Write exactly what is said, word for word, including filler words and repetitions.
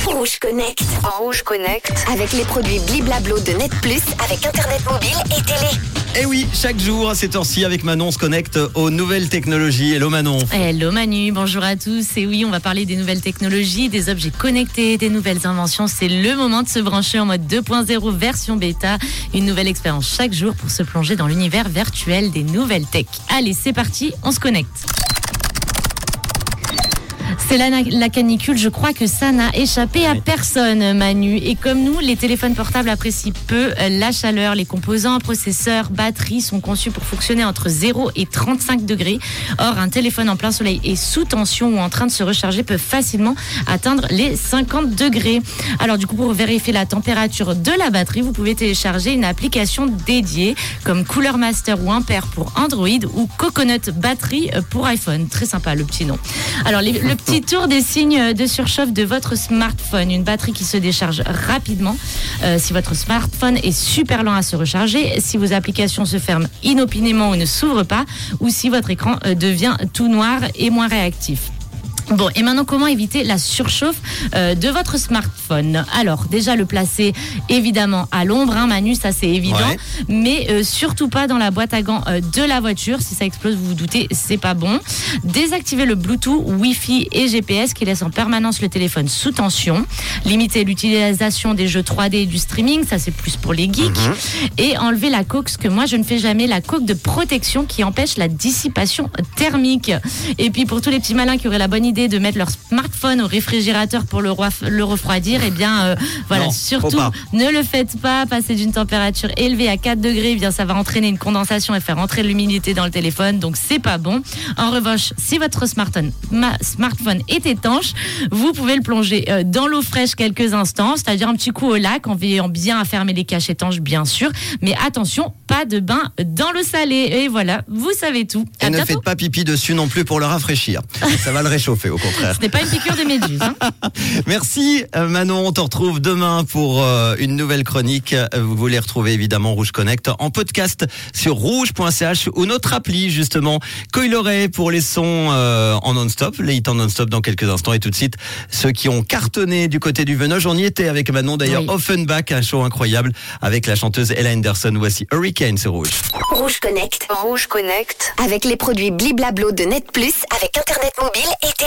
Rouge Connect. En Rouge Connect. Avec les produits Bliblablo de Net Plus, avec Internet mobile et télé. Et oui, chaque jour à cette heure-ci avec Manon, on se connecte aux nouvelles technologies. Hello Manon. Hello Manu, bonjour à tous. Et oui, on va parler des nouvelles technologies, des objets connectés, des nouvelles inventions. C'est le moment de se brancher en mode deux point zéro version bêta. Une nouvelle expérience chaque jour pour se plonger dans l'univers virtuel des nouvelles tech. Allez, c'est parti, on se connecte. C'est la, la canicule, je crois que ça n'a échappé à personne, Manu. Et comme nous, les téléphones portables apprécient peu la chaleur. Les composants, processeurs, batteries sont conçus pour fonctionner entre zéro et trente-cinq degrés. Or, un téléphone en plein soleil et sous tension ou en train de se recharger peut facilement atteindre les cinquante degrés. Alors du coup, pour vérifier la température de la batterie, vous pouvez télécharger une application dédiée comme Cooler Master ou Ampere pour Android ou Coconut Battery pour iPhone. Très sympa le petit nom. Alors les, le petit tour des signes de surchauffe de votre smartphone. Une batterie qui se décharge rapidement. Euh, si votre smartphone est super lent à se recharger, si vos applications se ferment inopinément ou ne s'ouvrent pas, ou si votre écran euh, devient tout noir et moins réactif. Bon, et maintenant, comment éviter la surchauffe euh, de votre smartphone? Alors, déjà, le placer, évidemment, à l'ombre, hein, Manu, ça c'est évident, ouais. mais euh, surtout pas dans la boîte à gants euh, de la voiture. Si ça explose, vous vous doutez, c'est pas bon. Désactiver le Bluetooth, Wi-Fi et G P S qui laissent en permanence le téléphone sous tension. Limiter l'utilisation des jeux trois D et du streaming, ça c'est plus pour les geeks. Mm-hmm. Et enlever la coque, ce que moi je ne fais jamais, la coque de protection qui empêche la dissipation thermique. Et puis, pour tous les petits malins qui auraient la bonne idée de mettre leur smartphone au réfrigérateur pour le, roi, le refroidir, et eh bien euh, voilà, non, surtout ne le faites pas. Passer d'une température élevée à quatre degrés, eh bien ça va entraîner une condensation et faire entrer l'humidité dans le téléphone, donc c'est pas bon. En revanche, si votre smartphone, ma, smartphone est étanche, vous pouvez le plonger euh, dans l'eau fraîche quelques instants, c'est-à-dire un petit coup au lac en veillant bien à fermer les caches étanches bien sûr, mais attention, pas de bain dans l'eau salée. Et voilà, vous savez tout. Et à ne bientôt. Faites pas pipi dessus non plus pour le rafraîchir, ça va le réchauffer. Au contraire. Ce n'est pas une piqûre de méduse. Hein. Merci Manon, on te retrouve demain pour euh, une nouvelle chronique. Vous voulez retrouver évidemment Rouge Connect en podcast sur rouge point c h ou notre appli justement Coileray pour les sons euh, en non-stop, les hits en non-stop dans quelques instants. Et tout de suite, ceux qui ont cartonné du côté du Venoge, on y était avec Manon d'ailleurs, oui. Offenbach, un show incroyable avec la chanteuse Ella Henderson. Voici Hurricane sur Rouge. Rouge Connect. En Rouge Connect. Avec les produits Bliblablo de Net Plus, avec Internet mobile et télé.